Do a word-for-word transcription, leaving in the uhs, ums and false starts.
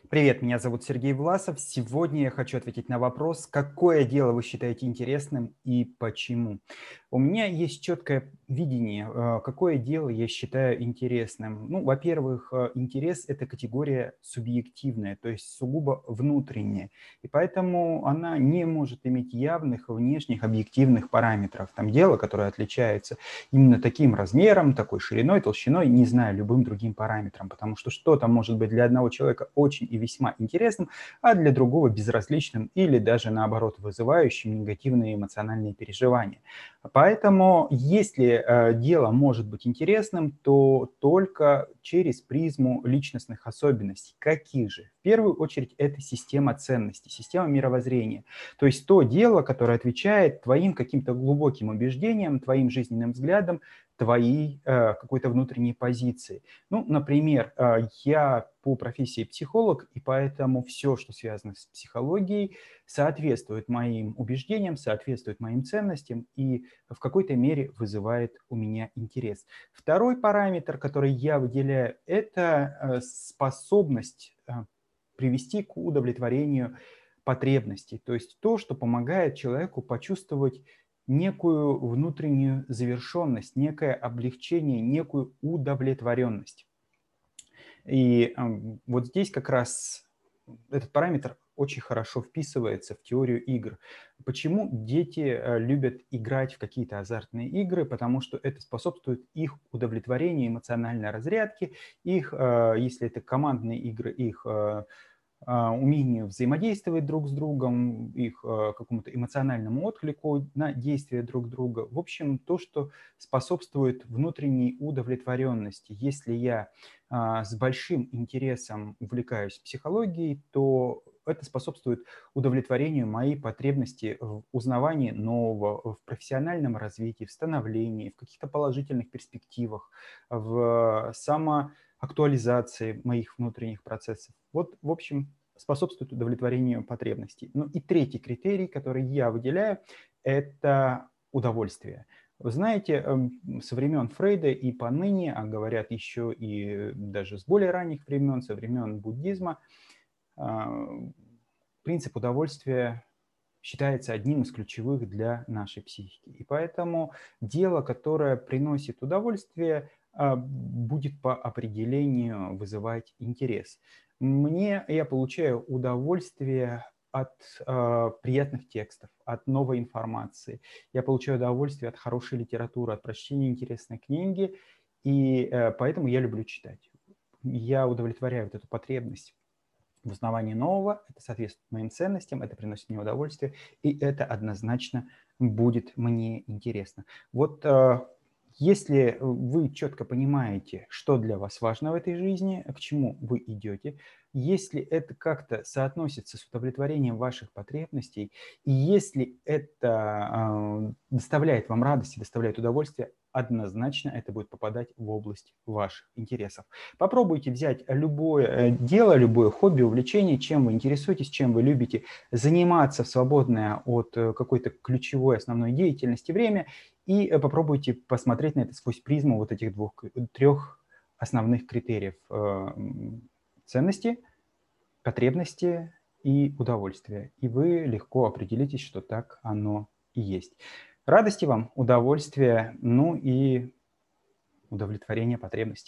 Привет, меня зовут Сергей Власов. Сегодня я хочу ответить на вопрос, какое дело вы считаете интересным и почему. У меня есть четкое видение, э, какое дело я считаю интересным. Ну, во-первых, э, интерес– это категория субъективная, то есть сугубо внутренняя. И поэтому она не может иметь явных внешних объективных параметров. Там дело, которое отличается именно таким размером, такой шириной, толщиной, не знаю, любым другим параметром. Потому что что-то может быть для одного человека очень и весьма интересным, а для другого безразличным или даже наоборот вызывающим негативные эмоциональные переживания. Поэтому если э, дело может быть интересным, то только через призму личностных особенностей. Каких же? В первую очередь это система ценностей, система мировоззрения. То есть то дело, которое отвечает твоим каким-то глубоким убеждениям, твоим жизненным взглядам, твоей э, какой-то внутренней позиции. Ну, например, э, я по профессии психолог, и поэтому все, что связано с психологией, соответствует моим убеждениям, соответствует моим ценностям и в какой-то мере вызывает у меня интерес. Второй параметр, который я выделяю, это э, способность э, привести к удовлетворению потребностей, то есть то, что помогает человеку почувствовать некую внутреннюю завершенность, некое облегчение, некую удовлетворенность. И ам, вот здесь как раз этот параметр очень хорошо вписывается в теорию игр. Почему дети э, любят играть в какие-то азартные игры? Потому что это способствует их удовлетворению, эмоциональной разрядке, их, э, если это командные игры, их э, а, умению взаимодействовать друг с другом, их а, какому-то эмоциональному отклику на действия друг друга. В общем, то, что способствует внутренней удовлетворенности. Если я а, с большим интересом увлекаюсь психологией, то это способствует удовлетворению моей потребности в узнавании нового, в профессиональном развитии, в становлении, в каких-то положительных перспективах, в само актуализации моих внутренних процессов. Вот, в общем, способствует удовлетворению потребностей. Ну и третий критерий, который я выделяю, это удовольствие. Вы знаете, эм, со времен Фрейда и поныне, а говорят еще и даже с более ранних времен, со времен буддизма, а, принцип удовольствия считается одним из ключевых для нашей психики. И поэтому дело, которое приносит удовольствие, а, будет по определению вызывать интерес. Мне я получаю удовольствие от а, приятных текстов, от новой информации. Я получаю удовольствие от хорошей литературы, от прочтения интересной книги, и э, поэтому я люблю читать. Я удовлетворяю вот эту потребность в узнавании нового, это соответствует моим ценностям, это приносит мне удовольствие, и это однозначно будет мне интересно. Вот э, если вы четко понимаете, что для вас важно в этой жизни, к чему вы идете, если это как-то соотносится с удовлетворением ваших потребностей, и если это э, доставляет вам радость и доставляет удовольствие, однозначно это будет попадать в область ваших интересов. Попробуйте взять любое э, дело, любое хобби, увлечение, чем вы интересуетесь, чем вы любите заниматься в свободное от э, какой-то ключевой основной деятельности время и э, попробуйте посмотреть на это сквозь призму вот этих двух, трех основных критериев э, ценности, потребности и удовольствия. И вы легко определитесь, что так оно и есть. Радости вам, удовольствия, ну и удовлетворения потребностей.